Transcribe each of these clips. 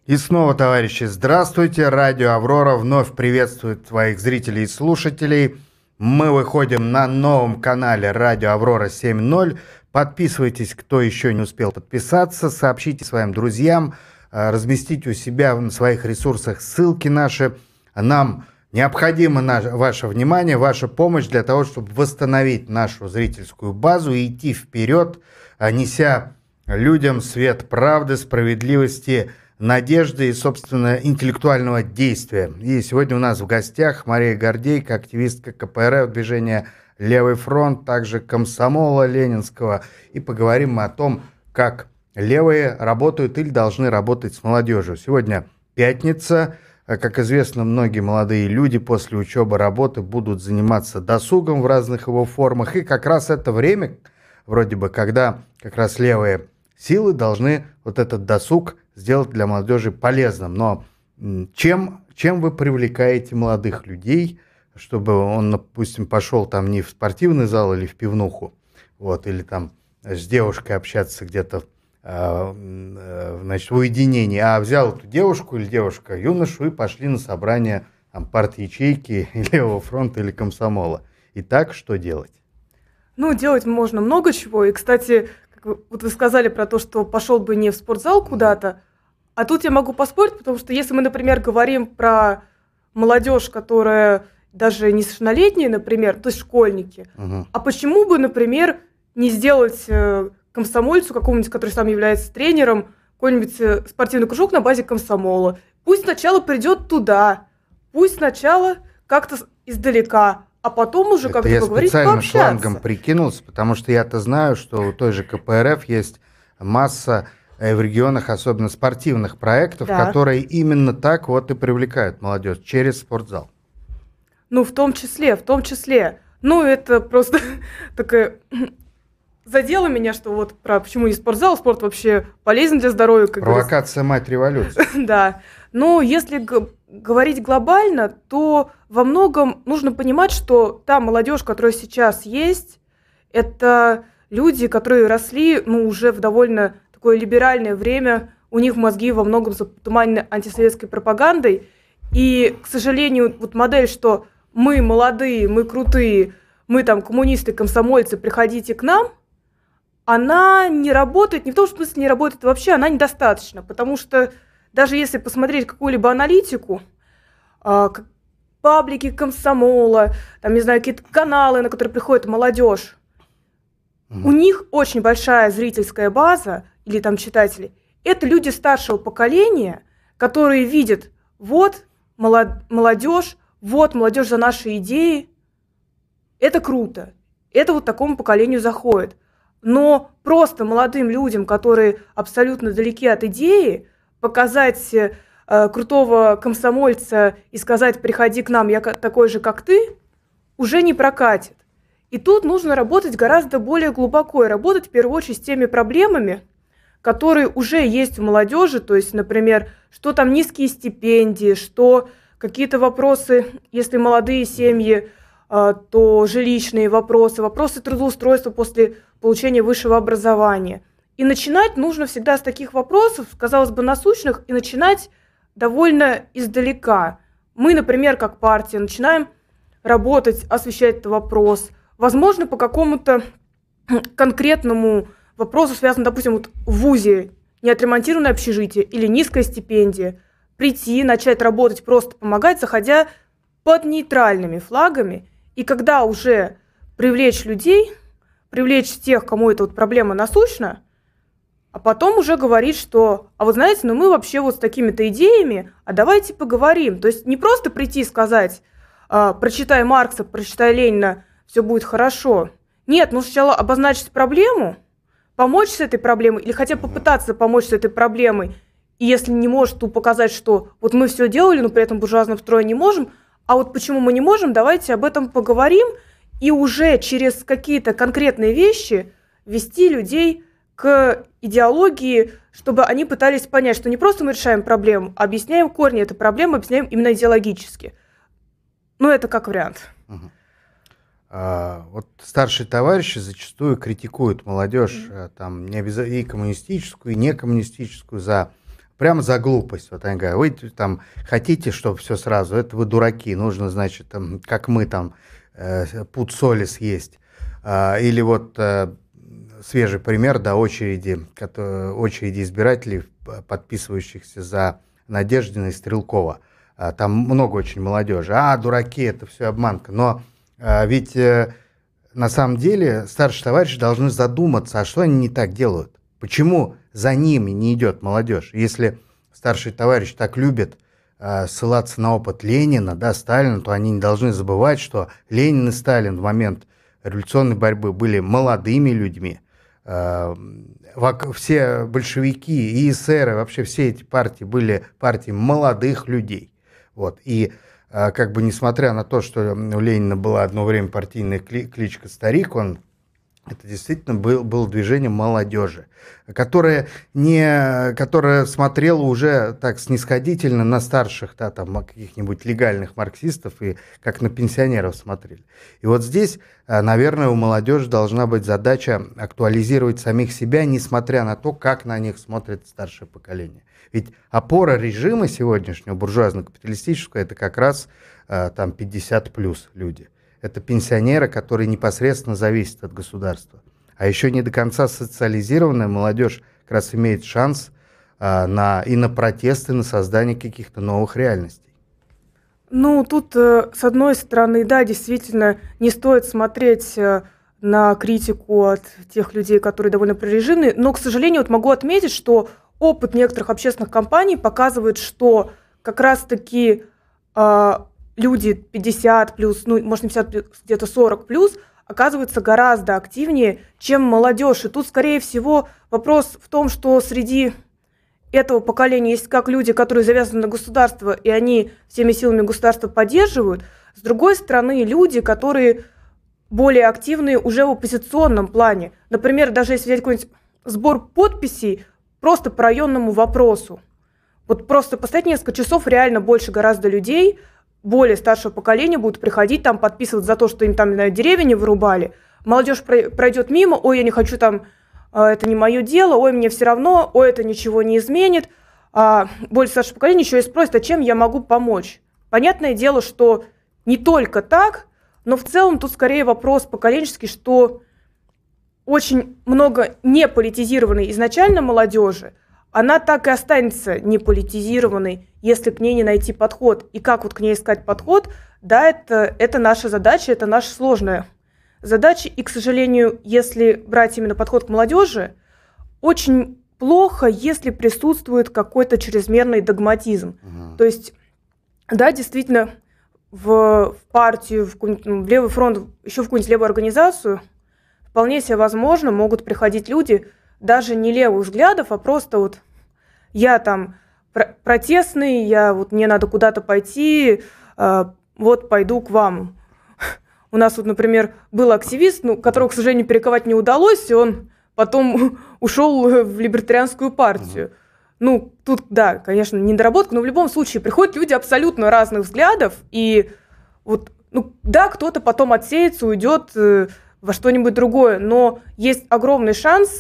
И снова, товарищи, здравствуйте! Радио «Аврора» вновь приветствует своих зрителей и слушателей. Мы выходим на новом канале «Радио Аврора 7.0». Подписывайтесь, кто еще не успел подписаться, сообщите своим друзьям, разместите у себя на своих ресурсах ссылки наши. Нам необходимо ваше внимание, ваша помощь для того, чтобы восстановить нашу зрительскую базу и идти вперед, неся людям свет правды, справедливости, надежды и, собственно, интеллектуального действия. И сегодня у нас в гостях Мария Гордейко, активистка КПРФ, движения «Левый фронт», также комсомола ленинского. И поговорим мы о том, как левые работают или должны работать с молодежью. Сегодня пятница. Как известно, многие молодые люди после учебы, работы будут заниматься досугом в разных его формах. И как раз это время, вроде бы, когда как раз левые силы должны вот этот досуг сделать для молодежи полезным. Но чем вы привлекаете молодых людей, чтобы он, допустим, пошел там не в спортивный зал или в пивнуху, вот, или там с девушкой общаться где-то, значит, в уединении, а взял эту девушку или девушка юношу и пошли на собрание там, парт-ячейки, Левого фронта или комсомола. Итак, что делать? Ну, делать можно много чего. И, кстати, вот вы сказали про то, что пошел бы не в спортзал куда-то, а тут я могу поспорить, потому что если мы, например, говорим про молодежь, которая даже несовершеннолетняя, например, то есть школьники, а почему бы, например, не сделать комсомольцу какому-нибудь, который сам является тренером, какой-нибудь спортивный кружок на базе комсомола? Пусть сначала придет туда, пусть сначала как-то издалека, а потом уже как-то поговорить, пообщаться. Я специально шлангом прикинулся, потому что я-то знаю, что у той же КПРФ есть масса в регионах, особенно спортивных проектов, да, которые именно так вот и привлекают молодежь через спортзал. Ну, в том числе. Ну, это просто такая... Задело меня, что вот про почему не спортзал, спорт вообще полезен для здоровья. Провокация мать революции. Да. Но если говорить глобально, то во многом нужно понимать, что та молодежь, которая сейчас есть, это люди, которые росли, ну, уже в довольно такое либеральное время, у них мозги во многом затуманены антисоветской пропагандой. И, к сожалению, вот модель, что мы молодые, мы крутые, мы там коммунисты, комсомольцы, приходите к нам, она не работает, не в том смысле не работает вообще, она недостаточна, потому что даже если посмотреть какую-либо аналитику, паблики комсомола, там, не знаю, какие-то каналы, на которые приходит молодежь, у них очень большая зрительская база или там читатели. Это люди старшего поколения, которые видят, вот молодежь, вот молодежь за наши идеи. Это круто. Это вот такому поколению заходит. Но просто молодым людям, которые абсолютно далеки от идеи, показать крутого комсомольца и сказать: приходи к нам, я такой же, как ты, уже не прокатит. И тут нужно работать гораздо более глубоко и работать в первую очередь с теми проблемами, которые уже есть у молодежи, то есть, например, что там низкие стипендии, что какие-то вопросы, если молодые семьи, то жилищные вопросы, вопросы трудоустройства после получения высшего образования. И начинать нужно всегда с таких вопросов, казалось бы, насущных, и начинать довольно издалека. Мы, например, как партия, начинаем работать, освещать этот вопрос. Возможно, по какому-то конкретному вопросу, связанному, допустим, вот в ВУЗе неотремонтированное общежитие или низкая стипендия, прийти, начать работать, просто помогать, заходя под нейтральными флагами. И когда уже привлечь людей, привлечь тех, кому эта вот проблема насущна, а потом уже говорить, что, а вы знаете, ну мы вообще вот с такими-то идеями, а давайте поговорим. То есть не просто прийти и сказать: прочитай Маркса, прочитай Ленина, все будет хорошо. Нет, нужно сначала обозначить проблему, помочь с этой проблемой или хотя бы попытаться помочь с этой проблемой. И если не может, то показать, что вот мы все делали, но при этом буржуазном строе не можем, а вот почему мы не можем, давайте об этом поговорим и уже через какие-то конкретные вещи вести людей к идеологии, чтобы они пытались понять, что не просто мы решаем проблему, а объясняем корни этой проблемы, объясняем именно идеологически. Ну, это как вариант. Вот старшие товарищи зачастую критикуют молодежь, там, не обязательно и коммунистическую, и некоммунистическую, за прямо за глупость. Вот они говорят, вы там хотите, чтобы все сразу, это вы дураки, нужно, значит, там, как мы там, пуд соли съесть. Или вот свежий пример, да, очереди избирателей, подписывающихся за Надеждина и Стрелкова. Там много очень молодежи. Дураки, это все обманка. Но ведь на самом деле старшие товарищи должны задуматься, а что они не так делают? Почему за ними не идет молодежь? Если старшие товарищи так любят ссылаться на опыт Ленина, да, Сталина, то они не должны забывать, что Ленин и Сталин в момент революционной борьбы были молодыми людьми. Все большевики и эсеры, вообще все эти партии были партией молодых людей. Вот. И как бы несмотря на то, что у Ленина была одно время партийная кличка «Старик», это действительно было движение молодежи, которое смотрело уже так снисходительно на старших, да, там, каких-нибудь легальных марксистов, и как на пенсионеров смотрели. И вот здесь, наверное, у молодежи должна быть задача актуализировать самих себя, несмотря на то, как на них смотрит старшее поколение. Ведь опора режима сегодняшнего, буржуазно-капиталистического, это как раз там 50+ люди. Это пенсионеры, которые непосредственно зависят от государства. А еще не до конца социализированная молодежь как раз имеет шанс и на протесты, на создание каких-то новых реальностей. Ну, тут, с одной стороны, да, действительно, не стоит смотреть на критику от тех людей, которые довольно прорежимные, но, к сожалению, вот могу отметить, что опыт некоторых общественных компаний показывает, что как раз-таки люди 50+, ну, может, не 50+, где-то 40+, оказываются гораздо активнее, чем молодежь. И тут, скорее всего, вопрос в том, что среди этого поколения есть как люди, которые завязаны на государство, и они всеми силами государства поддерживают. С другой стороны, люди, которые более активные уже в оппозиционном плане. Например, даже если взять какой-нибудь сбор подписей просто по районному вопросу. Вот просто постоять несколько часов реально больше гораздо людей, более старшего поколения будут приходить, там подписывать за то, что им там, наверное, деревья не вырубали. Молодежь пройдет мимо, ой, я не хочу там, это не мое дело, ой, мне все равно, ой, это ничего не изменит. Более старшее поколение еще и спросит, а чем я могу помочь? Понятное дело, что не только так, но в целом тут скорее вопрос поколенческий, что очень много неполитизированной изначально молодежи, она так и останется неполитизированной, если к ней не найти подход. И как вот к ней искать подход, да, это наша задача, это наша сложная задача. И, к сожалению, если брать именно подход к молодежи, очень плохо, если присутствует какой-то чрезмерный догматизм. То есть, да, действительно, в партию, в левый фронт, еще в какую-нибудь левую организацию вполне себе возможно могут приходить люди даже не левых взглядов, а просто вот я там протестный, мне надо куда-то пойти, вот пойду к вам. У нас вот, например, был активист, которого, к сожалению, перековать не удалось, и он потом ушел в либертарианскую партию. Ну, тут, да, конечно, недоработка, но в любом случае приходят люди абсолютно разных взглядов, и вот, да, кто-то потом отсеется, уйдет во что-нибудь другое, но есть огромный шанс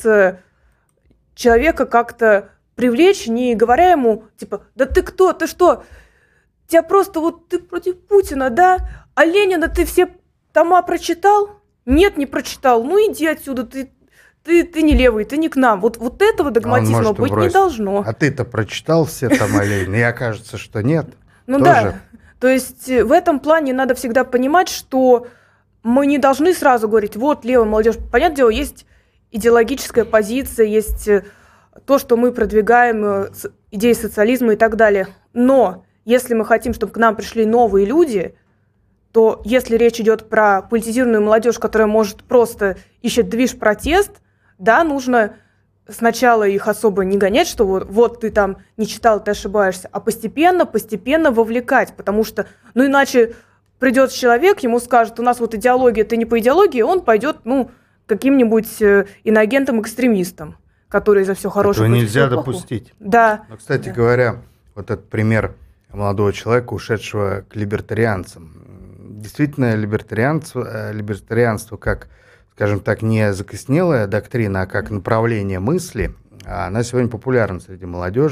человека как-то привлечь, не говоря ему, типа, да ты кто, ты что, тебя просто вот ты против Путина, да, а Ленина ты все тома прочитал? Нет, не прочитал, ну иди отсюда, ты не левый, ты не к нам. Вот этого догматизма быть не должно. А ты-то прочитал все тома Ленина, и окажется, что нет. Ну да, то есть в этом плане надо всегда понимать, что мы не должны сразу говорить, вот левая молодежь. Понятное дело, есть идеологическая позиция, есть то, что мы продвигаем, идеи социализма и так далее. Но если мы хотим, чтобы к нам пришли новые люди, то если речь идет про политизированную молодежь, которая может просто ищет движ, протест, да, нужно сначала их особо не гонять, что вот ты там не читал, ты ошибаешься, а постепенно вовлекать, потому что, иначе придет человек, ему скажут, у нас вот идеология, ты не по идеологии, он пойдет, каким-нибудь иноагентом-экстремистом, который за все хорошее. Этого нельзя допустить. Да. Но, кстати говоря, вот этот пример молодого человека, ушедшего к либертарианцам. Действительно, либертарианство как, скажем так, не закоснелая доктрина, а как направление мысли, она сегодня популярна среди молодежи.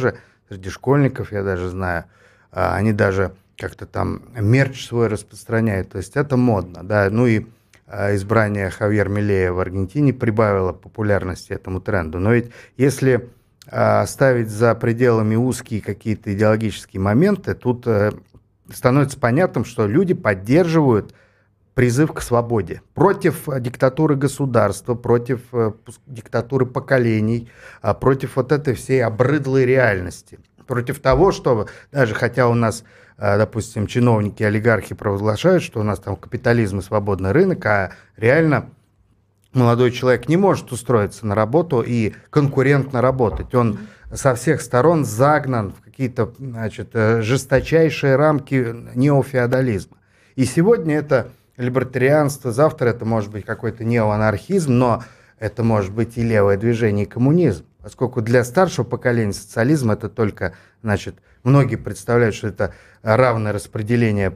среди школьников, я даже знаю. Они даже как-то там мерч свой распространяют. То есть это модно, да. Ну и избрание Хавьер Милея в Аргентине прибавило популярности этому тренду. Но ведь если ставить за пределами узкие какие-то идеологические моменты, тут становится понятным, что люди поддерживают призыв к свободе. Против диктатуры государства, против диктатуры поколений, против вот этой всей обрыдлой реальности. Против того, что даже хотя у нас, допустим, чиновники, олигархи провозглашают, что у нас там капитализм и свободный рынок, а реально молодой человек не может устроиться на работу и конкурентно работать. Он со всех сторон загнан в какие-то, значит, жесточайшие рамки неофеодализма. И сегодня это либертарианство, завтра это может быть какой-то неоанархизм, но это может быть и левое движение, и коммунизм. Поскольку для старшего поколения социализм это только, значит, многие представляют, что это равное распределение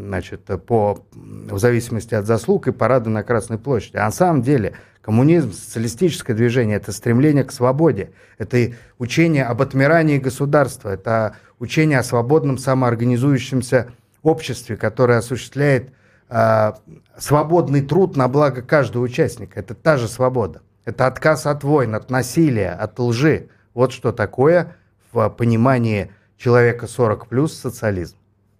в зависимости от заслуг и парады на Красной площади. А на самом деле коммунизм, социалистическое движение – это стремление к свободе, это учение об отмирании государства, это учение о свободном самоорганизующемся обществе, которое осуществляет свободный труд на благо каждого участника. Это та же свобода. Это отказ от войн, от насилия, от лжи. Вот что такое в понимании человека 40+ социализм.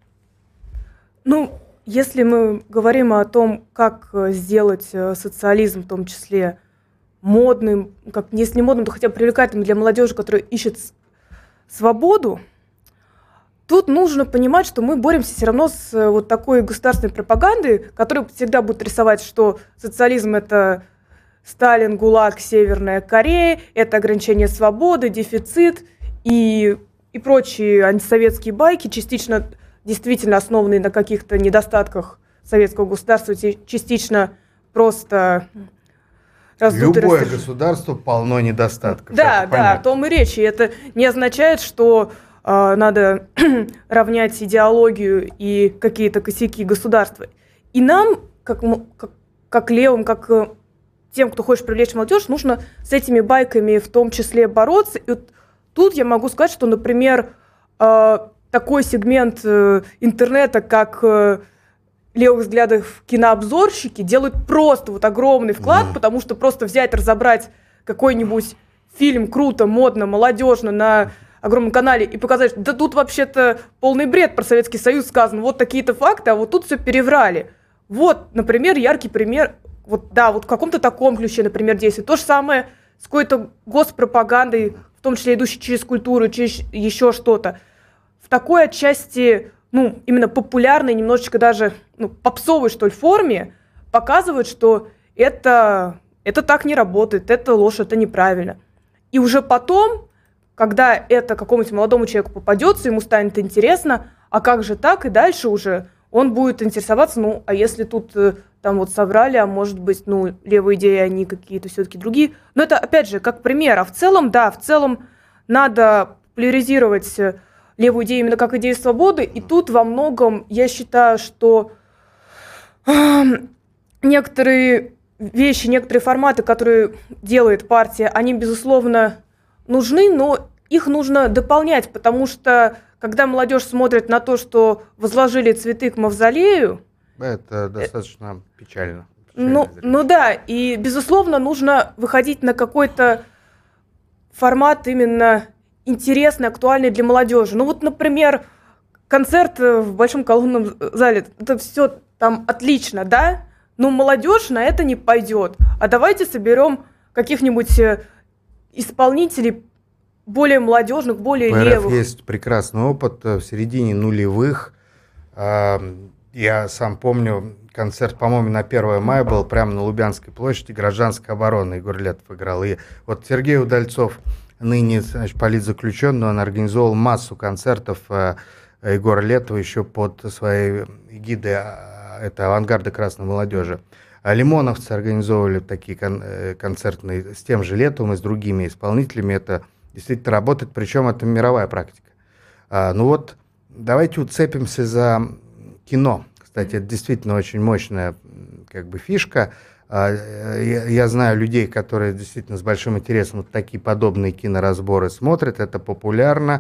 Ну, если мы говорим о том, как сделать социализм, в том числе модным, как, если не модным, то хотя бы привлекательным для молодежи, которая ищет свободу, тут нужно понимать, что мы боремся все равно с вот такой государственной пропагандой, которая всегда будет рисовать, что социализм – это Сталин, ГУЛАГ, Северная Корея, это ограничение свободы, дефицит и прочие антисоветские байки, частично действительно основанные на каких-то недостатках советского государства, частично просто раздутые. Любое государство полно недостатков. Да, о том и речь. И это не означает, что надо равнять идеологию и какие-то косяки государства. И нам, как левым, как тем, кто хочет привлечь молодежь, нужно с этими байками в том числе бороться. И вот тут я могу сказать, что, например, такой сегмент интернета, как левых взглядов кинообзорщики, делают просто вот огромный вклад, потому что просто взять, разобрать какой-нибудь фильм круто, модно, молодежно на огромном канале и показать, да тут вообще-то полный бред про Советский Союз сказан, вот такие-то факты, а вот тут все переврали. Вот, например, яркий пример, вот в каком-то таком ключе, например, действует. То же самое с какой-то госпропагандой, в том числе идущей через культуру, через еще что-то. В такой отчасти, именно популярной, немножечко даже, попсовой, что ли, форме показывают, что это так не работает, это ложь, это неправильно. И уже потом, когда это какому-нибудь молодому человеку попадется, ему станет интересно, а как же так, и дальше уже он будет интересоваться, а если тут там вот соврали, а может быть, левые идеи, они какие-то все-таки другие. Но это, опять же, как пример. А в целом, надо популяризировать левую идею именно как идею свободы. И тут во многом я считаю, что некоторые вещи, некоторые форматы, которые делает партия, они, безусловно, нужны, но их нужно дополнять, потому что когда молодежь смотрит на то, что возложили цветы к мавзолею, это достаточно печально. Да, и, безусловно, нужно выходить на какой-то формат именно интересный, актуальный для молодежи. Например, концерт в Большом колонном зале, это все там отлично, да? Но молодежь на это не пойдет. А давайте соберем каких-нибудь исполнителей более молодежных, более левых. Есть прекрасный опыт в середине нулевых. Я сам помню, концерт, по-моему, на 1 мая был прямо на Лубянской площади, гражданская оборона, Егор Летов играл. И вот Сергей Удальцов, ныне политзаключенный, он организовал массу концертов Егора Летова еще под своей эгидой, это авангарда красной молодежи. А лимоновцы организовывали такие концертные с тем же Летовым и с другими исполнителями. Это действительно работает, причем это мировая практика. Давайте уцепимся за кино. Кстати, это действительно очень мощная фишка. Я знаю людей, которые действительно с большим интересом такие подобные киноразборы смотрят. Это популярно.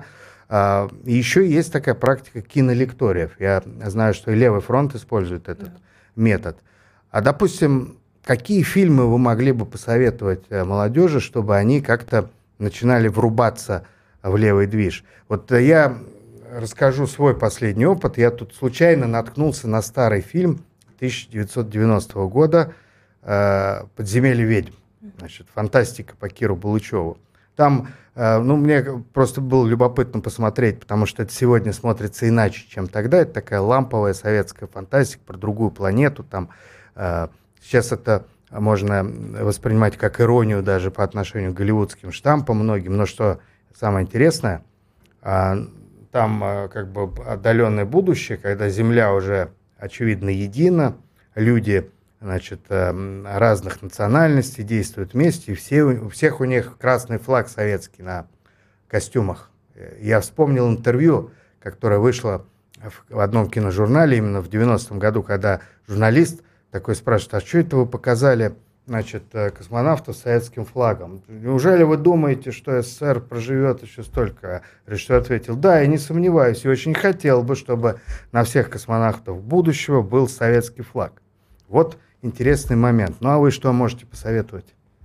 Еще есть такая практика кинолекториев. Я знаю, что и Левый фронт использует этот метод. А, допустим, какие фильмы вы могли бы посоветовать молодежи, чтобы они как-то начинали врубаться в левый движ? Вот я расскажу свой последний опыт. Я тут случайно наткнулся на старый фильм 1990 года «Подземелье ведьм». Значит, фантастика по Киру Булычеву. Там, мне просто было любопытно посмотреть, потому что это сегодня смотрится иначе, чем тогда. Это такая ламповая советская фантастика про другую планету. Там, сейчас это можно воспринимать как иронию даже по отношению к голливудским штампам многим. Но что самое интересное, там как бы отдаленное будущее, когда Земля уже очевидно едина, люди, значит, разных национальностей действуют вместе, и у всех у них красный флаг советский на костюмах. Я вспомнил интервью, которое вышло в одном киножурнале именно в 90-м году, когда журналист такой спрашивает: а что это вы показали, значит, космонавтов с советским флагом? Неужели вы думаете, что СССР проживет еще столько? Режиссер ответил: да, я не сомневаюсь, и очень хотел бы, чтобы на всех космонавтов будущего был советский флаг. Вот интересный момент. Ну, а вы что можете посоветовать?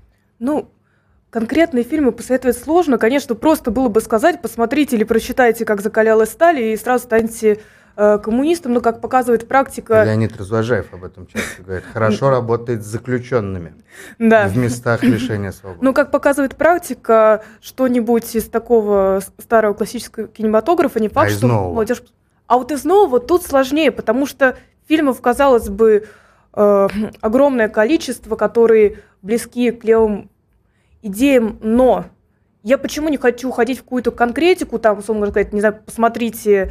Конкретные фильмы посоветовать сложно. Конечно, просто было бы сказать: посмотрите или прочитайте, как закалялась сталь, и сразу станете коммунистом. Но, как показывает практика... Леонид Развожаев об этом часто говорит. Хорошо работает с заключенными в местах лишения свободы. Но, как показывает практика, что-нибудь из такого старого классического кинематографа не факт, что молодежь... А вот из нового тут сложнее, потому что фильмов, казалось бы, огромное количество, которые близки к левым идеям, но я почему не хочу уходить в какую-то конкретику, там, условно говоря, не знаю, посмотрите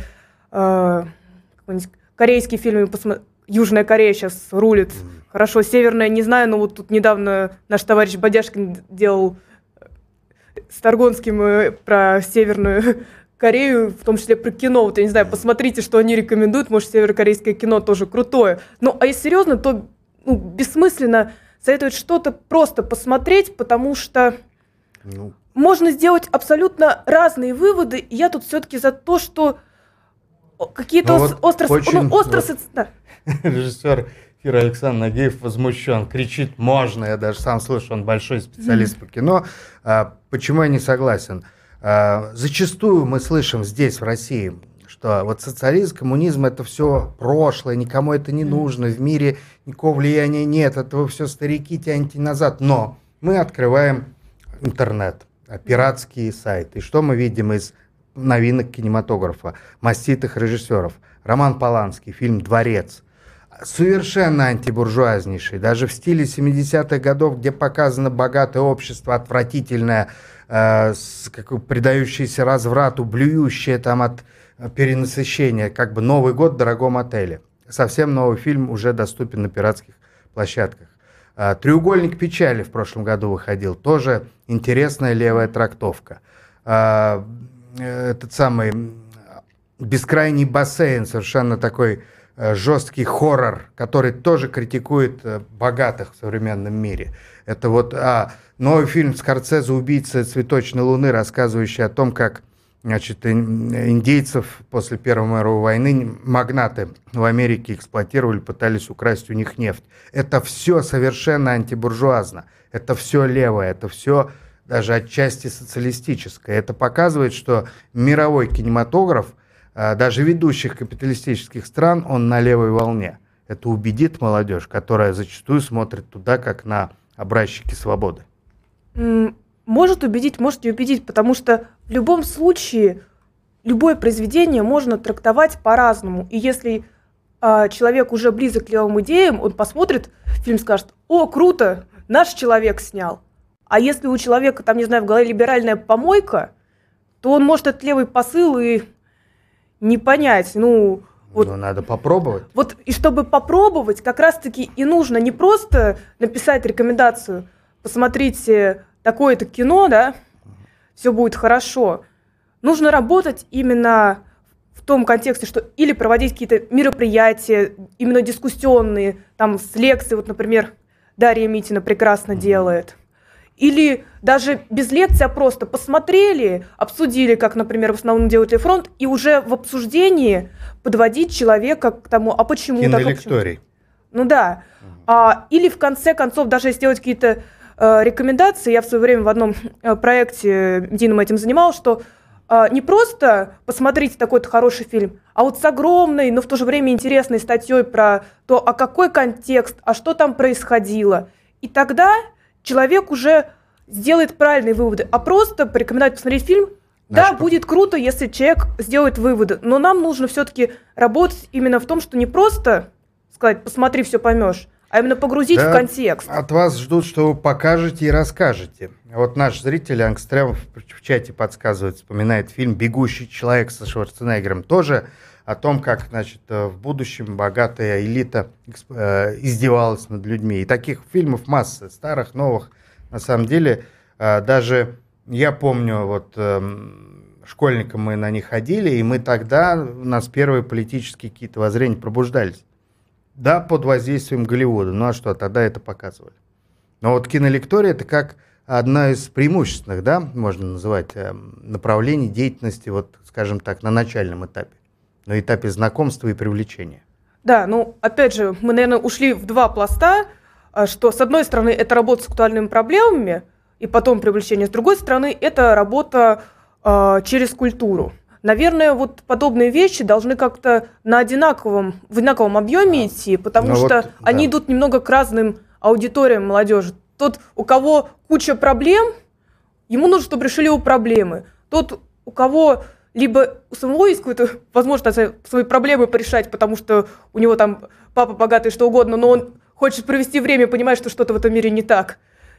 корейские фильмы, Южная Корея сейчас рулит, хорошо, Северная, не знаю, но вот тут недавно наш товарищ Бодяшкин делал с Таргонским про Северную Корею, в том числе про кино. Вот я не знаю, посмотрите, что они рекомендуют. Может, северокорейское кино тоже крутое. Ну, а если серьезно, то бессмысленно советовать что-то просто посмотреть, потому что можно сделать абсолютно разные выводы. И я тут все-таки за то, что какие-то Режиссер Кир Александр Нагиев возмущен, кричит: можно. Я даже сам слышу, он большой специалист по кино. Почему я не согласен? Зачастую мы слышим здесь, в России, что вот социализм, коммунизм — это все прошлое, никому это не нужно, в мире никакого влияния нет, это вы все старики тянете назад. Но мы открываем интернет, пиратские сайты, и что мы видим из новинок кинематографа, маститых режиссеров? Роман Поланский, фильм «Дворец». Совершенно антибуржуазнейший, даже в стиле 70-х годов, где показано богатое общество, отвратительное, предающееся разврату, блюющее там от перенасыщения, как бы «Новый год в дорогом отеле». Совсем новый фильм уже доступен на пиратских площадках. «Треугольник печали» в прошлом году выходил, тоже интересная левая трактовка. Этот самый «Бескрайний бассейн», совершенно такой жесткий хоррор, который тоже критикует богатых в современном мире. Это вот новый фильм Скорсезе «Убийца цветочной луны», рассказывающий о том, как, значит, индейцев после Первой мировой войны магнаты в Америке эксплуатировали, пытались украсть у них нефть. Это все совершенно антибуржуазно, это все левое, это все даже отчасти социалистическое. Это показывает, что мировой кинематограф, даже ведущих капиталистических стран, он на левой волне. Это убедит молодежь, которая зачастую смотрит туда, как на образчики свободы. Может убедить, может не убедить, потому что в любом случае любое произведение можно трактовать по-разному. И если человек уже близок к левым идеям, он посмотрит фильм, скажет: о, круто, наш человек снял. А если у человека, там, не знаю, в голове либеральная помойка, то он может этот левый посыл и не понять. Надо попробовать. Вот, и чтобы попробовать, как раз-таки и нужно не просто написать рекомендацию: посмотрите такое-то кино, да, все будет хорошо. Нужно работать именно в том контексте, что или проводить какие-то мероприятия, именно дискуссионные, там, с лекцией, вот, например, Дарья Митина прекрасно делает. Или даже без лекции, а просто посмотрели, обсудили, как, например, в основном делает Лефронт, и уже в обсуждении подводить человека к тому, а почему так? Кинолекторий. Ну да. Или в конце концов даже сделать какие-то рекомендации. Я в свое время в одном проекте Дином этим занималась, что не просто посмотрите такой-то хороший фильм, а вот с огромной, но в то же время интересной статьей про то, а какой контекст, а что там происходило. И тогда человек уже сделает правильные выводы. А просто порекомендовать посмотреть фильм, да, будет круто, если человек сделает выводы. Но нам нужно все-таки работать именно в том, что не просто сказать, посмотри, все поймешь, а именно погрузить в контекст. От вас ждут, что вы покажете и расскажете. Вот наш зритель Ангстрем в чате подсказывает, вспоминает фильм «Бегущий человек» со Шварценеггером. Тоже о том, как, значит, в будущем богатая элита издевалась над людьми. И таких фильмов масса, старых, новых. На самом деле, даже я помню, вот школьникам мы на них ходили, и мы тогда, у нас первые политические какие-то воззрения пробуждались. Да, под воздействием Голливуда. Ну а что, тогда это показывали. Но вот кинолектория — это как одна из преимущественных, да, можно называть, направлений деятельности, вот, скажем так, на начальном этапе. На этапе знакомства и привлечения. Да, ну, опять же, мы, наверное, ушли в два пласта, что, с одной стороны, это работа с актуальными проблемами, и потом привлечение, с другой стороны, это работа через культуру. Наверное, вот подобные вещи должны как-то в одинаковом объеме идти, потому что они идут немного к разным аудиториям молодежи. Тот, у кого куча проблем, ему нужно, чтобы решили его проблемы. Тот, у кого либо у самого есть какая-то возможность свои проблемы порешать, потому что у него там папа богатый, что угодно, но он хочет провести время, понимает, что что-то в этом мире не так.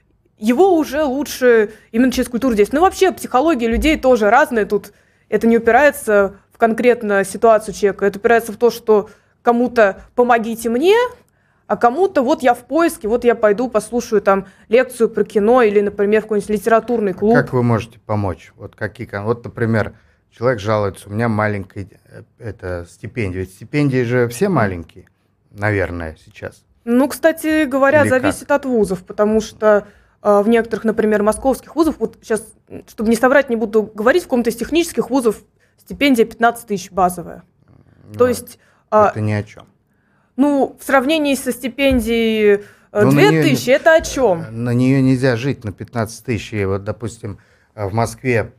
Его уже лучше именно через культуру действовать. Ну, вообще, психология людей тоже разная. Тут это не упирается в конкретно ситуацию человека. Это упирается в то, что кому-то помогите мне, а кому-то вот я в поиске, вот я пойду послушаю там лекцию про кино или, например, в какой-нибудь литературный клуб. Как вы можете помочь? Вот, вот, например, человек жалуется, у меня маленькая стипендия. Ведь стипендии же все маленькие, наверное, сейчас. Ну, кстати говоря, зависит от вузов, потому что в некоторых, например, московских вузов, вот сейчас, чтобы не соврать, не буду говорить, в каком-то из технических вузов стипендия 15 тысяч базовая. Ну, то есть... Это ни о чем. Ну, в сравнении со стипендией 2000, это о чем? На нее нельзя жить на 15 тысяч. И вот, допустим, в Москве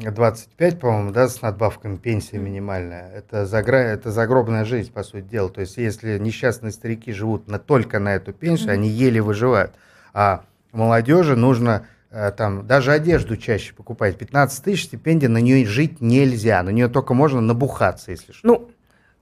25, по-моему, да, с надбавками пенсия минимальная. Это загробная жизнь, по сути дела. То есть, если несчастные старики живут только на эту пенсию, они еле выживают. А молодежи нужно там даже одежду чаще покупать. 15 тысяч стипендия, на нее жить нельзя. На нее только можно набухаться, если что. Ну,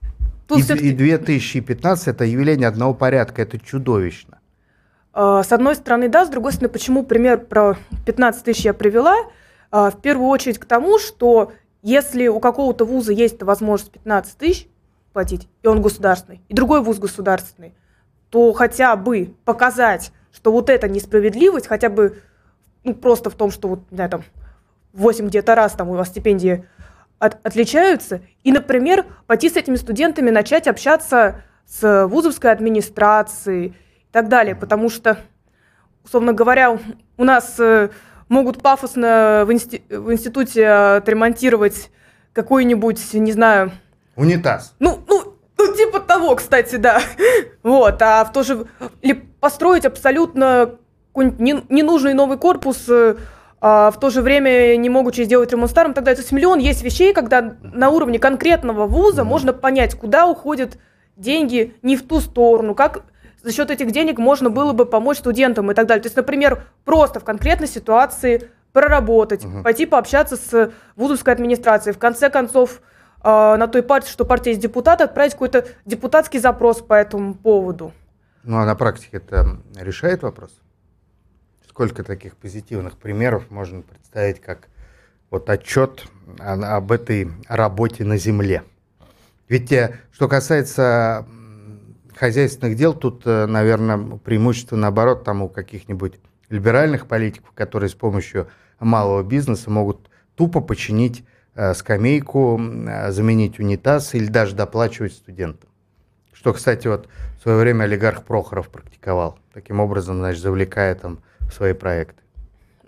и 2015 это явление одного порядка, это чудовищно. С одной стороны, да, с другой стороны, почему пример про 15 тысяч я привела? В первую очередь к тому, что если у какого-то вуза есть возможность 15 тысяч платить, и он государственный, и другой вуз государственный, то хотя бы показать, что вот эта несправедливость, хотя бы просто в том, что вот, не знаю, там 8 где-то раз там у вас стипендии отличаются, и, например, пойти с этими студентами, начать общаться с вузовской администрацией и так далее, потому что, условно говоря, у нас могут пафосно в институте отремонтировать какой-нибудь, не знаю... Унитаз. Ну, типа того, кстати, да. Вот, а в то же... Или построить абсолютно ненужный новый корпус, в то же время не могут сделать ремонт старым, тогда это миллион есть вещей, когда на уровне конкретного вуза можно понять, куда уходят деньги не в ту сторону, как за счет этих денег можно было бы помочь студентам и так далее. То есть, например, просто в конкретной ситуации проработать, пойти пообщаться с вузовской администрацией, в конце концов, на той партии, что партия есть депутат, отправить какой-то депутатский запрос по этому поводу. Ну, а на практике это решает вопрос? Сколько таких позитивных примеров можно представить, как вот отчет об этой работе на земле? Ведь что касается хозяйственных дел, тут, наверное, преимущество наоборот там у каких-нибудь либеральных политиков, которые с помощью малого бизнеса могут тупо починить скамейку, заменить унитаз или даже доплачивать студентам. Что, кстати, вот в свое время олигарх Прохоров практиковал. Таким образом, значит, завлекая там в свои проекты.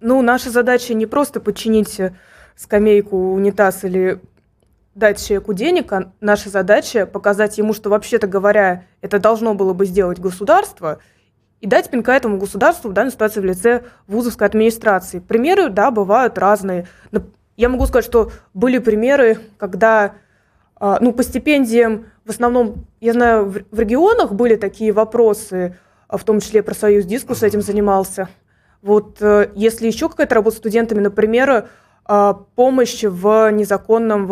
Ну, наша задача не просто подчинить скамейку, унитаз или дать человеку денег, а наша задача показать ему, что, вообще-то говоря, это должно было бы сделать государство, и дать пинка этому государству, в данной ситуации в лице вузовской администрации. Примеры, да, бывают разные. Я могу сказать, что были примеры, когда по стипендиям, в основном, я знаю, в регионах были такие вопросы, в том числе профсоюз «Дискус» этим занимался. Вот если еще какая-то работа с студентами, например, помощь в незаконном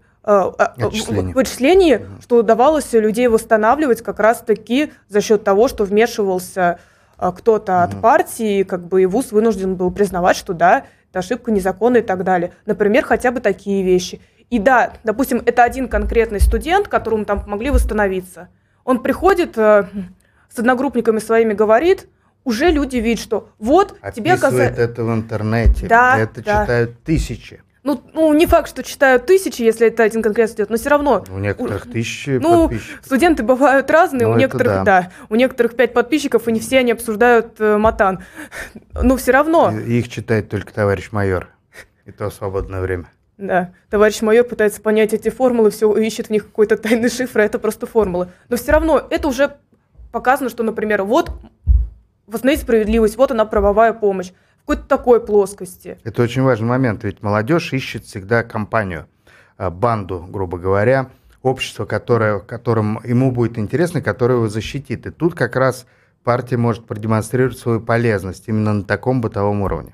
вычислении, что удавалось людей восстанавливать как раз-таки за счет того, что вмешивался кто-то от партии, как бы и вуз вынужден был признавать, что да, это ошибка незаконная и так далее. Например, хотя бы такие вещи. И да, допустим, это один конкретный студент, которому там помогли восстановиться. Он приходит с одногруппниками своими, говорит, уже люди видят, что вот тебе оказали... Описывает это в интернете, да, это читают тысячи. Ну, не факт, что читают тысячи, если это один конкретный студент, но все равно. У некоторых тысячи подписчиков. Студенты бывают разные, у некоторых, у некоторых 5 подписчиков, и не все они обсуждают матан. Но все равно. Их читает только товарищ майор, и то в свободное время. Да, товарищ майор пытается понять эти формулы, все ищет в них какой-то тайный шифр, а это просто формулы. Но все равно это уже показано, что, например, вот восстановить справедливость, вот она правовая помощь. В какой-то такой плоскости. Это очень важный момент, ведь молодежь ищет всегда компанию, банду, грубо говоря, общество, которым ему будет интересно, которое его защитит. И тут как раз партия может продемонстрировать свою полезность именно на таком бытовом уровне.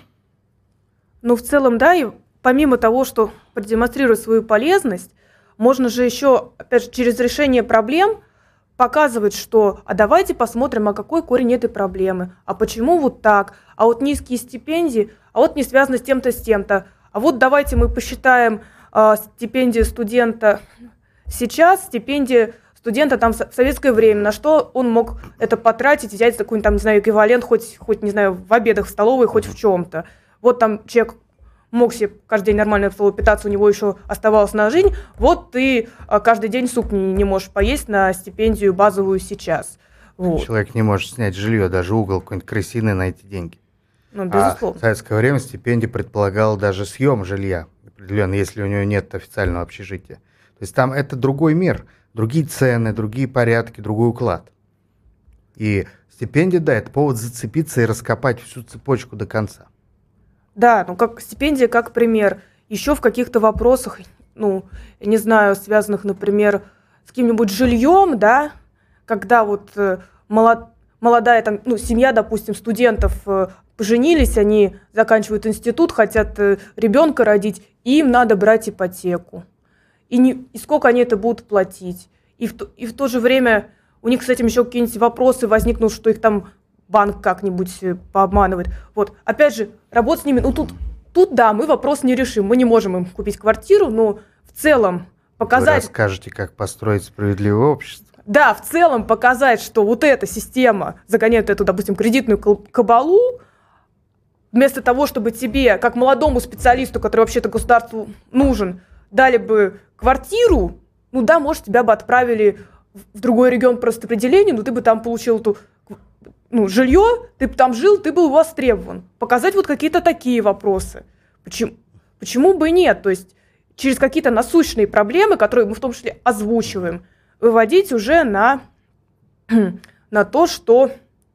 Ну, в целом, да, и помимо того, что продемонстрировать свою полезность, можно же еще, опять же, через решение проблем показывать, что а давайте посмотрим, а какой корень этой проблемы, а почему вот так, а вот низкие стипендии, а вот не связано с тем-то, а вот давайте мы посчитаем стипендии студента сейчас, стипендии студента там в советское время, на что он мог это потратить, взять какой-нибудь там, не знаю, эквивалент, хоть не знаю, в обедах в столовой, хоть в чем-то. Вот там человек мог себе каждый день нормально в столовой питаться, у него еще оставалось на жизнь, вот ты каждый день суп не можешь поесть на стипендию базовую сейчас. Вот. Человек не может снять жилье, даже угол какой-нибудь крысиный на эти деньги. Ну, безусловно. А в советское время стипендия предполагала даже съем жилья, определенно, если у него нет официального общежития. То есть там это другой мир, другие цены, другие порядки, другой уклад. И стипендия, да, это повод зацепиться и раскопать всю цепочку до конца. Да, ну как стипендия, как пример. Еще в каких-то вопросах, я не знаю, связанных, например, с каким-нибудь жильем, да, когда вот молодая там, семья, допустим, студентов поженились, они заканчивают институт, хотят ребенка родить, и им надо брать ипотеку. И сколько они это будут платить. И в то же время у них с этим еще какие-нибудь вопросы возникнут, что их там банк как-нибудь пообманывает. Вот, опять же, работать с ними, тут да, мы вопрос не решим, мы не можем им купить квартиру, но в целом показать... Вы расскажете, как построить справедливое общество. Да, в целом показать, что вот эта система загоняет эту, допустим, кредитную кабалу, вместо того, чтобы тебе, как молодому специалисту, который вообще-то государству нужен, дали бы квартиру, может, тебя бы отправили в другой регион по распределению, но ты бы там получил эту жилье, ты бы там жил, ты был востребован. Показать вот какие-то такие вопросы. Почему бы и нет? То есть через какие-то насущные проблемы, которые мы в том числе озвучиваем, выводить уже на то, что...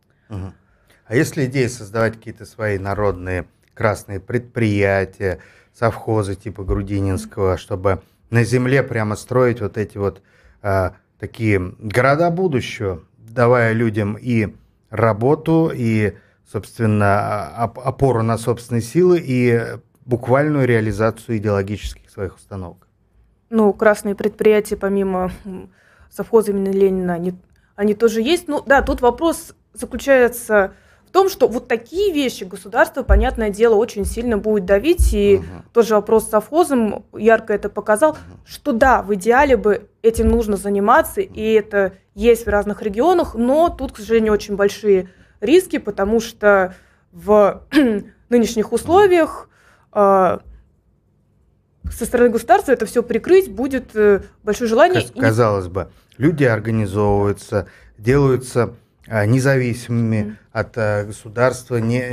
А если идея создавать какие-то свои народные красные предприятия, совхозы типа Грудининского, чтобы на земле прямо строить вот эти вот такие города будущего, давая людям и работу, и, собственно, опору на собственные силы, и буквальную реализацию идеологических своих установок. Красные предприятия, помимо совхоза имени Ленина, они тоже есть. Тут вопрос заключается в том, что вот такие вещи государство, понятное дело, очень сильно будет давить, и тоже вопрос с совхозом ярко это показал, что да, в идеале бы этим нужно заниматься, и это есть в разных регионах, но тут, к сожалению, очень большие риски, потому что в нынешних условиях со стороны государства это все прикрыть будет большое желание. Казалось бы, люди организовываются, делаются независимыми от государства,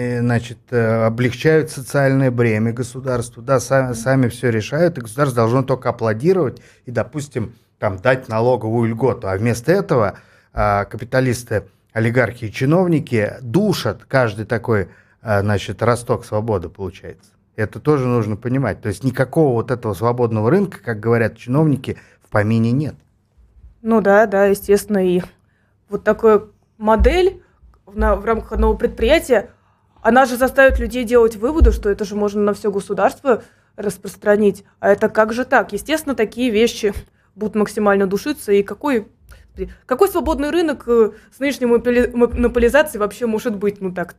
облегчают социальное бремя государству, да, сами все решают, и государство должно только аплодировать и, допустим, там, дать налоговую льготу. А вместо этого капиталисты, олигархи и чиновники душат каждый такой, росток свободы, получается. Это тоже нужно понимать. То есть никакого вот этого свободного рынка, как говорят чиновники, в помине нет. Ну да, естественно, и вот такая модель в рамках одного предприятия, она же заставит людей делать выводы, что это же можно на все государство распространить. А это как же так? Естественно, такие вещи будут максимально душиться. И какой свободный рынок с нынешней монополизацией вообще может быть? Ну так-то.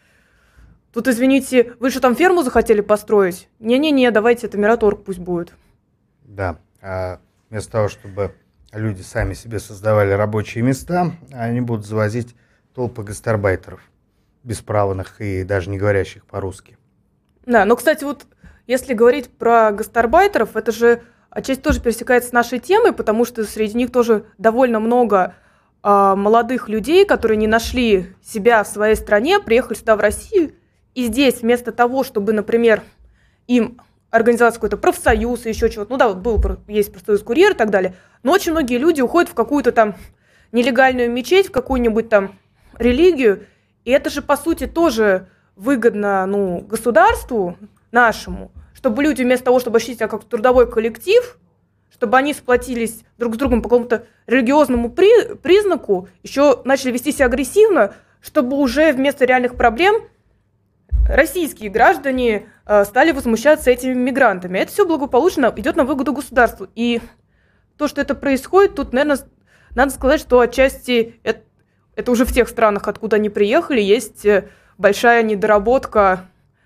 Тут, извините, вы что, там ферму захотели построить? Не-не-не, давайте это Мираторг пусть будет. Да, вместо того, чтобы люди сами себе создавали рабочие места, они будут завозить толпы гастарбайтеров, бесправных и даже не говорящих по-русски. Да, но, кстати, вот если говорить про гастарбайтеров, это же отчасти тоже пересекается с нашей темой, потому что среди них тоже довольно много молодых людей, которые не нашли себя в своей стране, приехали сюда, в Россию, и здесь вместо того, чтобы, например, им организовать какой-то профсоюз и еще чего-то, ну да, вот есть профсоюз курьер и так далее, но очень многие люди уходят в какую-то там нелегальную мечеть, в какую-нибудь там религию, и это же, по сути, тоже выгодно, государству нашему, чтобы люди вместо того, чтобы ощутить себя как трудовой коллектив, чтобы они сплотились друг с другом по какому-то религиозному признаку, еще начали вести себя агрессивно, чтобы уже вместо реальных проблем российские граждане стали возмущаться этими мигрантами. Это все благополучно идет на выгоду государству. И то, что это происходит, тут, наверное, надо сказать, что отчасти это уже в тех странах, откуда они приехали, есть большая недоработка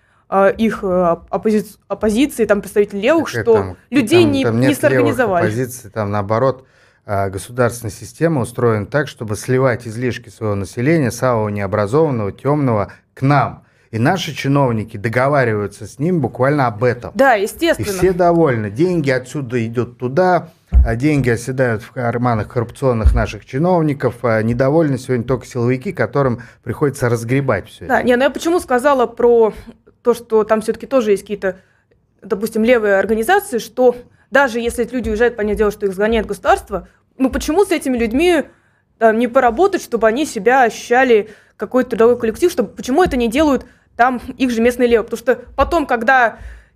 их оппозиции, там, представителей левых, что людей не сорганизовали. Оппозиции, там, наоборот, государственная система устроена так, чтобы сливать излишки своего населения, самого необразованного, темного, к нам. И наши чиновники договариваются с ним буквально об этом. Да, естественно. И все довольны. Деньги отсюда идут туда, а деньги оседают в карманах коррупционных наших чиновников. Недовольны сегодня только силовики, которым приходится разгребать все это. Да, я почему сказала про то, что там все-таки тоже есть какие-то, допустим, левые организации, что даже если эти люди уезжают, понятное дело, что их сгоняет государство, почему с этими людьми не поработать, чтобы они себя ощущали какой-то трудовой коллектив, почему это не делают там их же местные левые? Потому что потом, когда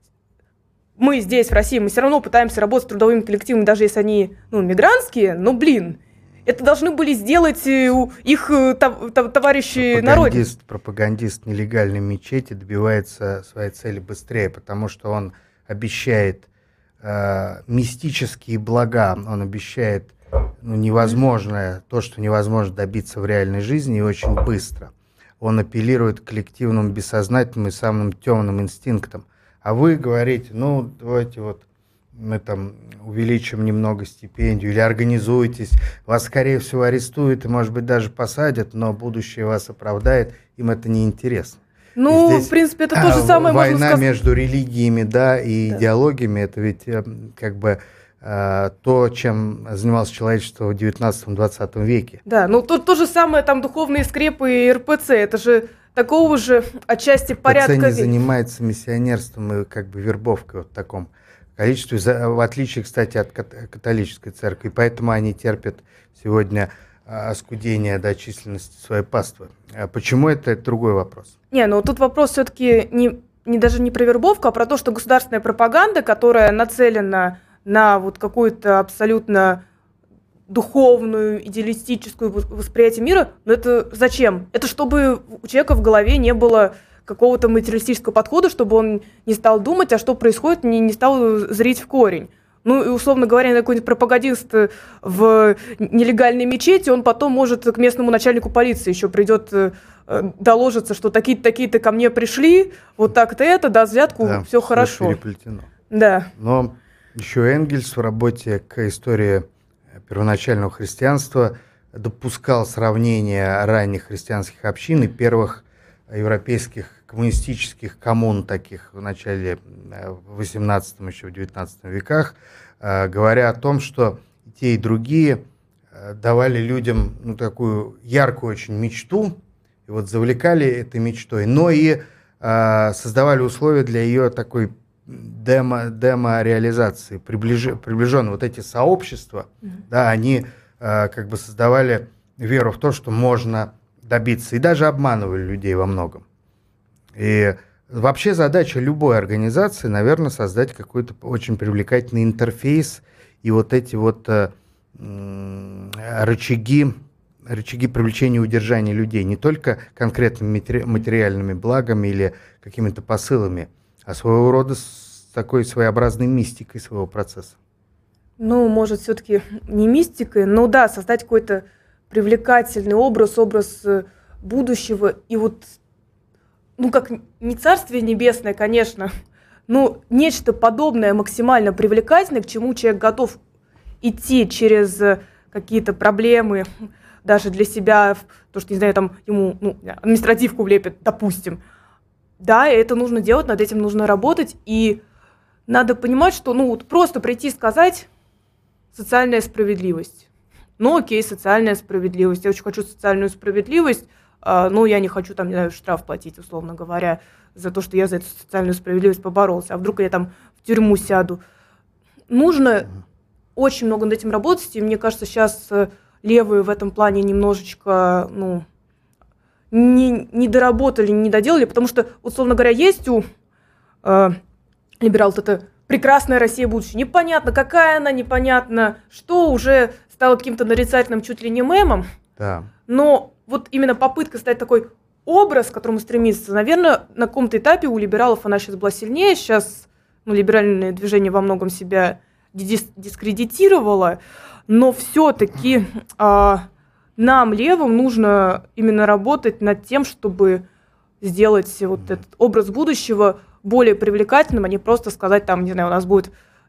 мы здесь, в России, мы все равно пытаемся работать с трудовыми коллективами, даже если они, мигрантские, это должны были сделать их товарищи на родине. Пропагандист нелегальной мечети добивается своей цели быстрее, потому что он обещает мистические блага, он обещает невозможное, то, что невозможно добиться в реальной жизни, и очень быстро. Он апеллирует к коллективному, бессознательному и самым темным инстинктам. А вы говорите, давайте мы там увеличим немного стипендию или организуйтесь, вас, скорее всего, арестуют и, может быть, даже посадят, но будущее вас оправдает, им это неинтересно. Здесь, в принципе, это то же самое можно сказать. Война между религиями, и идеологиями, это ведь то, чем занималось человечество в 19-20 веке. Да, то же самое, там, духовные скрепы и РПЦ, это же такого же отчасти порядка. РПЦ не занимается миссионерством и вербовкой в таком количестве, в отличие, кстати, от католической церкви, поэтому они терпят сегодня оскудение численности своей паствы. Почему это другой вопрос? Тут вопрос все-таки даже не про вербовку, а про то, что государственная пропаганда, которая нацелена на какую-то абсолютно духовную, идеалистическую восприятие мира, это зачем? Это чтобы у человека в голове не было какого-то материалистического подхода, чтобы он не стал думать, а что происходит, не стал зрить в корень. И, условно говоря, какой-нибудь пропагандист в нелегальной мечети, он потом может к местному начальнику полиции еще придет доложиться, что такие-то ко мне пришли, вот так-то взятку, да, все хорошо. Переплетено. Да. Но еще Энгельс в работе к истории первоначального христианства допускал сравнение ранних христианских общин и первых европейских коммунистических коммун, таких в начале, в 18 еще в 19 веках, говоря о том, что и те, и другие давали людям ну, такую яркую очень мечту, и вот завлекали этой мечтой, но и создавали условия для ее такой демо-реализации, приближенно. Вот эти сообщества, да, они как бы создавали веру в то, что можно добиться, и даже обманывали людей во многом. И вообще задача любой организации, наверное, создать какой-то очень привлекательный интерфейс и вот эти вот рычаги привлечения и удержания людей не только конкретными материальными благами или какими-то посылами, а своего рода с такой своеобразной мистикой своего процесса. Ну, может, все-таки не мистикой, но да, создать какой-то привлекательный образ будущего. И вот, ну, как не Царствие Небесное, конечно, но нечто подобное, максимально привлекательное, к чему человек готов идти через какие-то проблемы, даже для себя, то, что, не знаю, там ему административку влепят, допустим. Да, это нужно делать, над этим нужно работать, и надо понимать, что, ну, вот просто прийти и сказать социальная справедливость. Ну, окей, социальная справедливость. Я очень хочу социальную справедливость, но я не хочу, там, не знаю, штраф платить, условно говоря, за то, что я за эту социальную справедливость поборолся. А вдруг я там в тюрьму сяду? Нужно очень много над этим работать, и мне кажется, сейчас левые в этом плане немножечко, ну, не доработали, не доделали, потому что, условно говоря, есть у либералов это прекрасная Россия будущего. Непонятно, какая она, непонятно, что уже стало каким-то нарицательным чуть ли не мемом. Да. Но вот именно попытка стать такой образ, к которому стремится, наверное, на каком-то этапе у либералов она сейчас была сильнее. Сейчас либеральное движение во многом себя дискредитировало, но все-таки нам, левым, нужно именно работать над тем, чтобы сделать вот этот образ будущего более привлекательным, а не просто сказать, там, не знаю, у нас будет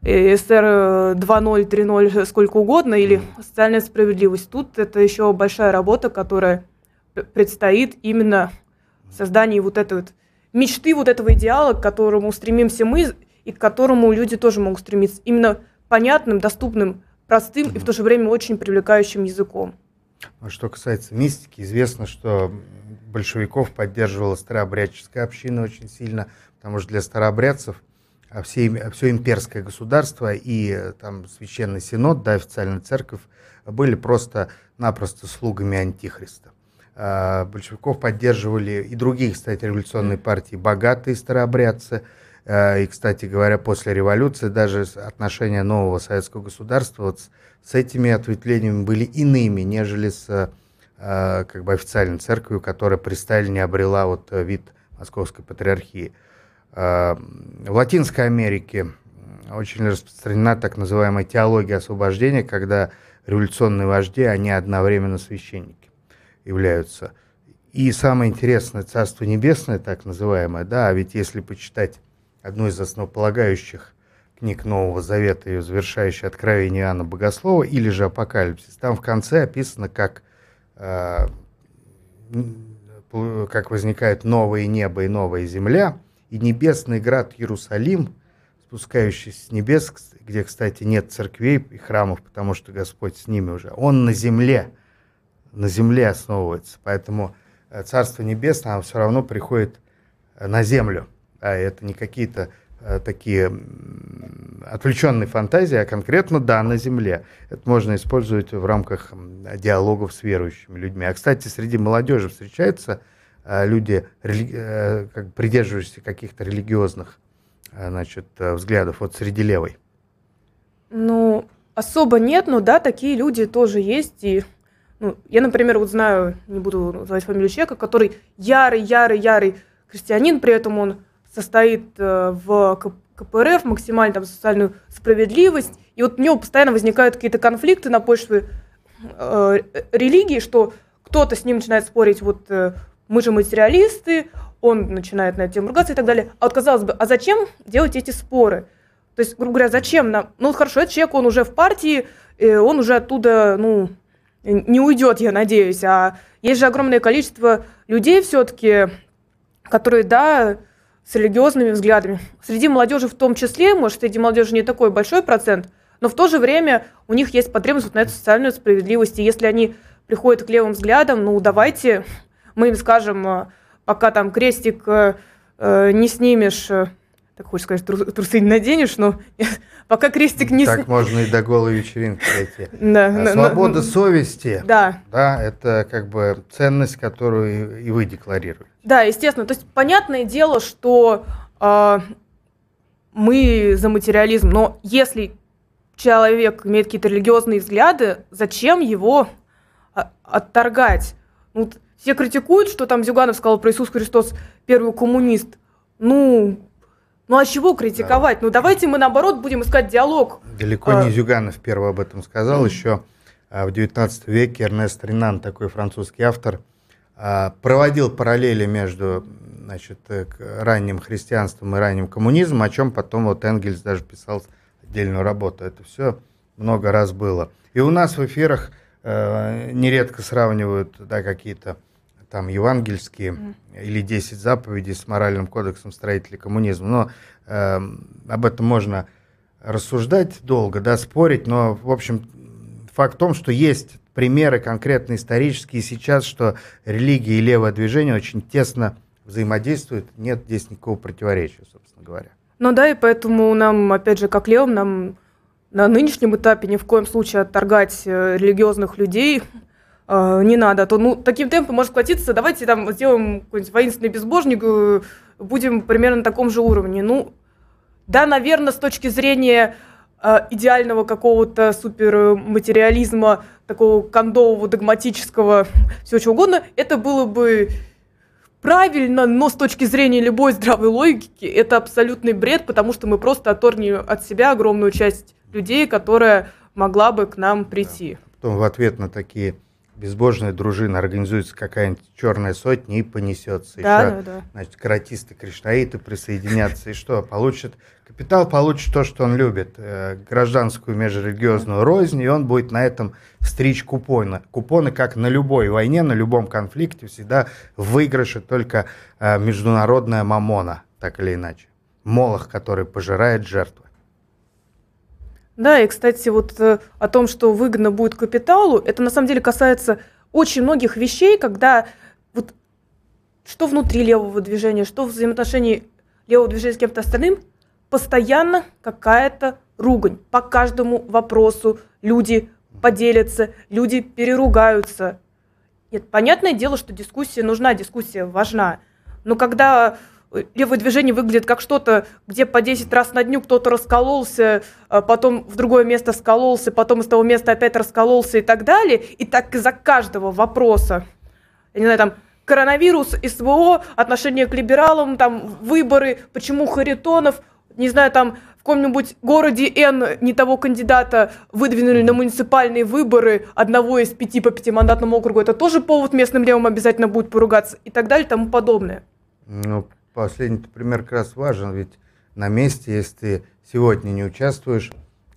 СР 2.0, 3.0, сколько угодно, или социальная справедливость. Тут это еще большая работа, которая предстоит именно в создании вот этой вот мечты, вот этого идеала, к которому стремимся мы, и к которому люди тоже могут стремиться. Именно понятным, доступным, простым и в то же время очень привлекающим языком. Что касается мистики, известно, что большевиков поддерживала старообрядческая община очень сильно, потому что для старообрядцев все имперское государство и там священный синод, да, официальная церковь были просто-напросто слугами антихриста. Большевиков поддерживали и другие, кстати, революционные партии, богатые старообрядцы. И, кстати говоря, после революции даже отношения нового советского государства вот с этими ответвлениями были иными, нежели с как бы официальной церковью, которая при Сталине обрела вот вид Московской патриархии. В Латинской Америке очень распространена так называемая теология освобождения, когда революционные вожди, они одновременно священники являются. И самое интересное, Царство Небесное, так называемое, да, а ведь если почитать одну из основополагающих книг Нового Завета, ее завершающее Откровение Иоанна Богослова, или же Апокалипсис, там в конце описано, как возникают новое небо и новая земля, и небесный град Иерусалим, спускающийся с небес, где, кстати, нет церквей и храмов, потому что Господь с ними уже, он на земле основывается, поэтому Царство Небесное, оно все равно приходит на землю. А это не какие-то такие отвлеченные фантазии, а конкретно, да, на земле. Это можно использовать в рамках диалогов с верующими людьми. А, кстати, среди молодежи встречаются люди, придерживающиеся каких-то религиозных, взглядов, вот среди левой. Ну, особо нет, но да, такие люди тоже есть. И, я, например, вот знаю, не буду называть фамилию человека, который ярый христианин, при этом он состоит в КПРФ, максимально там социальную справедливость, и вот у него постоянно возникают какие-то конфликты на почве религии, что кто-то с ним начинает спорить, вот мы же материалисты, он начинает на эту тему ругаться и так далее. А вот казалось бы, а зачем делать эти споры? То есть, грубо говоря, зачем нам? Ну хорошо, этот человек, он уже в партии, он уже оттуда, не уйдет, я надеюсь, а есть же огромное количество людей все-таки, которые, да, с религиозными взглядами. Среди молодежи в том числе, может, среди молодежи не такой большой процент, но в то же время у них есть потребность вот на эту социальную справедливость. И если они приходят к левым взглядам, ну давайте мы им скажем, пока там крестик не снимешь, так хочешь сказать, трусы не наденешь, но пока крестик не Так можно и до голой вечеринки дойти. Да, Свобода совести, да, это как бы ценность, которую и вы декларируете. да, естественно. То есть понятное дело, что мы за материализм, но если человек имеет какие-то религиозные взгляды, зачем его отторгать? Ну, все критикуют, что там Зюганов сказал про Иисус Христос первый коммунист. Ну а чего критиковать? Да. Ну давайте мы наоборот будем искать диалог. Далеко не Зюганов первый об этом сказал. Еще в XIX веке Эрнест Ренан, такой французский автор, проводил параллели между, значит, ранним христианством и ранним коммунизмом, о чем потом вот Энгельс даже писал отдельную работу. Это все много раз было. И у нас в эфирах нередко сравнивают, да, какие-то там евангельские или 10 заповедей с моральным кодексом строителей коммунизма. Но об этом можно рассуждать долго, да, спорить, но, в общем, факт в том, что есть примеры конкретно исторические сейчас, что религия и левое движение очень тесно взаимодействуют, нет здесь никакого противоречия, собственно говоря. Ну да, и поэтому нам, опять же, как левым, нам на нынешнем этапе ни в коем случае отторгать религиозных людей не надо. А то, таким темпом может хватиться, давайте там сделаем какой-нибудь воинственный безбожник, будем примерно на таком же уровне. Ну, да, наверное, с точки зрения идеального какого-то суперматериализма, такого кондового, догматического, все что угодно, это было бы правильно, но с точки зрения любой здравой логики это абсолютный бред, потому что мы просто отторгнем от себя огромную часть людей, которая могла бы к нам прийти. Да. Потом в ответ на такие безбожные дружины организуется какая-нибудь черная сотня и понесется. Да, еще, да. Значит, каратисты, кришнаиты присоединятся. И что? Капитал получит то, что он любит. Гражданскую межрелигиозную рознь, и он будет на этом стричь купоны. Купоны, как на любой войне, на любом конфликте, всегда в выигрыше только международная мамона, так или иначе. Молох, который пожирает жертвы. Да, и, кстати, вот о том, что выгодно будет капиталу, это на самом деле касается очень многих вещей, когда вот что внутри левого движения, что в взаимоотношении левого движения с кем-то остальным, постоянно какая-то ругань. По каждому вопросу люди поделятся, люди переругаются. Нет, понятное дело, что дискуссия нужна, дискуссия важна. Но когда левое движение выглядит как что-то, где по 10 раз на дню кто-то раскололся, потом в другое место скололся, потом из того места опять раскололся и так далее, и так из-за каждого вопроса, я не знаю, там, коронавирус, СВО, отношение к либералам, там, выборы, почему Харитонов, не знаю, там, в каком-нибудь городе Н не того кандидата выдвинули на муниципальные выборы одного из 5 по 5-мандатному округу, это тоже повод местным левым обязательно будет поругаться и так далее и тому подобное. Ну, последний пример как раз важен, ведь на месте, если ты сегодня не участвуешь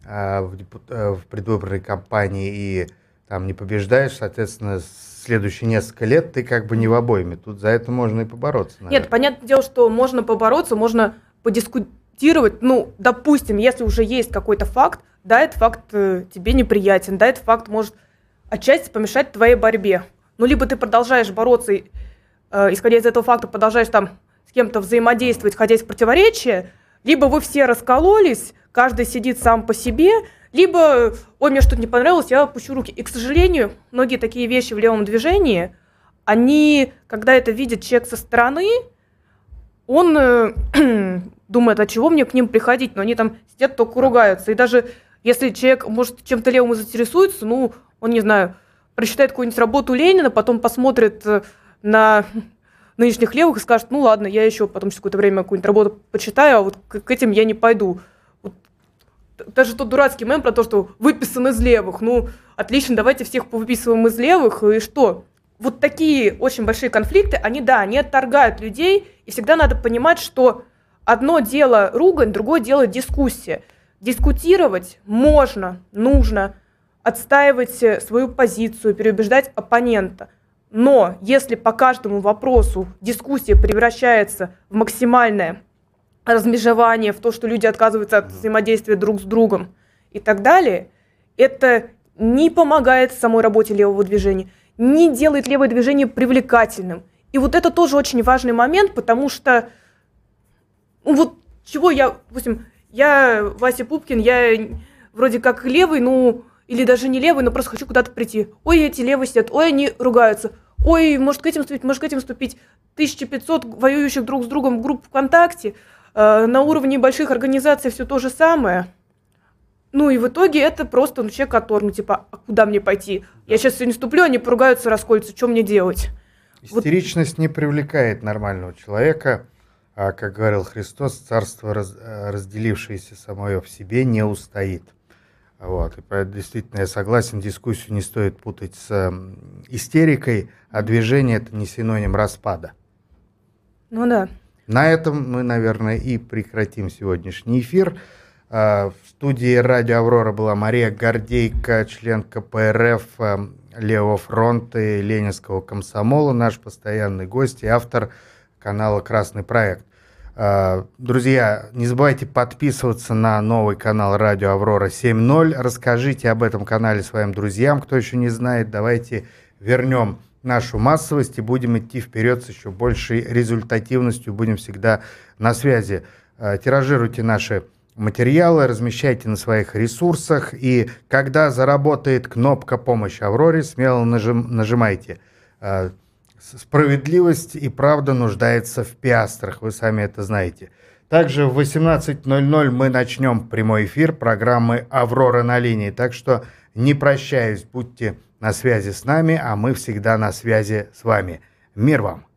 в предвыборной кампании и там не побеждаешь, соответственно, следующие несколько лет ты как бы не в обойме. Тут за это можно и побороться, наверное. Нет, понятное дело, что можно побороться, можно подискутировать. Ну, допустим, если уже есть какой-то факт, да, этот факт тебе неприятен, да, этот факт может отчасти помешать твоей борьбе. Ну, либо ты продолжаешь бороться, исходя из этого факта, продолжаешь там с кем-то взаимодействовать, ходя из противоречия, либо вы все раскололись, каждый сидит сам по себе, либо, ой, мне что-то не понравилось, я опущу руки. И, к сожалению, многие такие вещи в левом движении, они, когда это видит человек со стороны, он думает, а чего мне к ним приходить? Но они там сидят, только ругаются. И даже если человек, может, чем-то левым заинтересуется, ну, он, не знаю, прочитает какую-нибудь работу Ленина, потом посмотрит на нынешних левых и скажет, ну ладно, я еще потом через какое-то время какую-нибудь работу почитаю, а вот к этим я не пойду. Вот, даже тот дурацкий мем про то, что выписан из левых. Ну, отлично, давайте всех повыписываем из левых, и что? Вот такие очень большие конфликты, они отторгают людей, и всегда надо понимать, что одно дело ругань, другое дело дискуссия. Дискутировать можно, нужно, отстаивать свою позицию, переубеждать оппонента. Но если по каждому вопросу дискуссия превращается в максимальное размежевание, в то, что люди отказываются от взаимодействия друг с другом, и так далее, это не помогает самой работе левого движения, не делает левое движение привлекательным. И вот это тоже очень важный момент, потому что, ну вот чего я, допустим, я Вася Пупкин, я вроде как левый, ну, или даже не левый, но просто хочу куда-то прийти. Ой, эти левые сидят, ой, они ругаются. Ой, может к этим вступить, может к этим вступить. 1500 воюющих друг с другом групп ВКонтакте. На уровне больших организаций все то же самое. Ну и в итоге это просто человек отторгнут. Типа, а куда мне пойти? Я сейчас сегодня вступлю, они поругаются, расколются. Что мне делать? Истеричность не привлекает нормального человека. А, как говорил Христос, царство, разделившееся самое в себе, не устоит. Вот. И действительно, я согласен, дискуссию не стоит путать с истерикой, а движение – это не синоним распада. Ну да. На этом мы, наверное, и прекратим сегодняшний эфир. В студии «Радио Аврора» была Мария Гордейко, член КПРФ Левого фронта и Ленинского комсомола, наш постоянный гость и автор канала «Красный проект». Друзья, не забывайте подписываться на новый канал «Радио Аврора 7.0». Расскажите об этом канале своим друзьям, кто еще не знает. Давайте вернем нашу массовость и будем идти вперед с еще большей результативностью. Будем всегда на связи. Тиражируйте наши материалы, размещайте на своих ресурсах. И когда заработает кнопка «Помощь Авроре», смело нажимайте. Справедливость и правда нуждается в пиастрах, вы сами это знаете. Также в 18:00 мы начнем прямой эфир программы «Аврора на линии». Так что не прощаюсь, будьте на связи с нами, а мы всегда на связи с вами. Мир вам!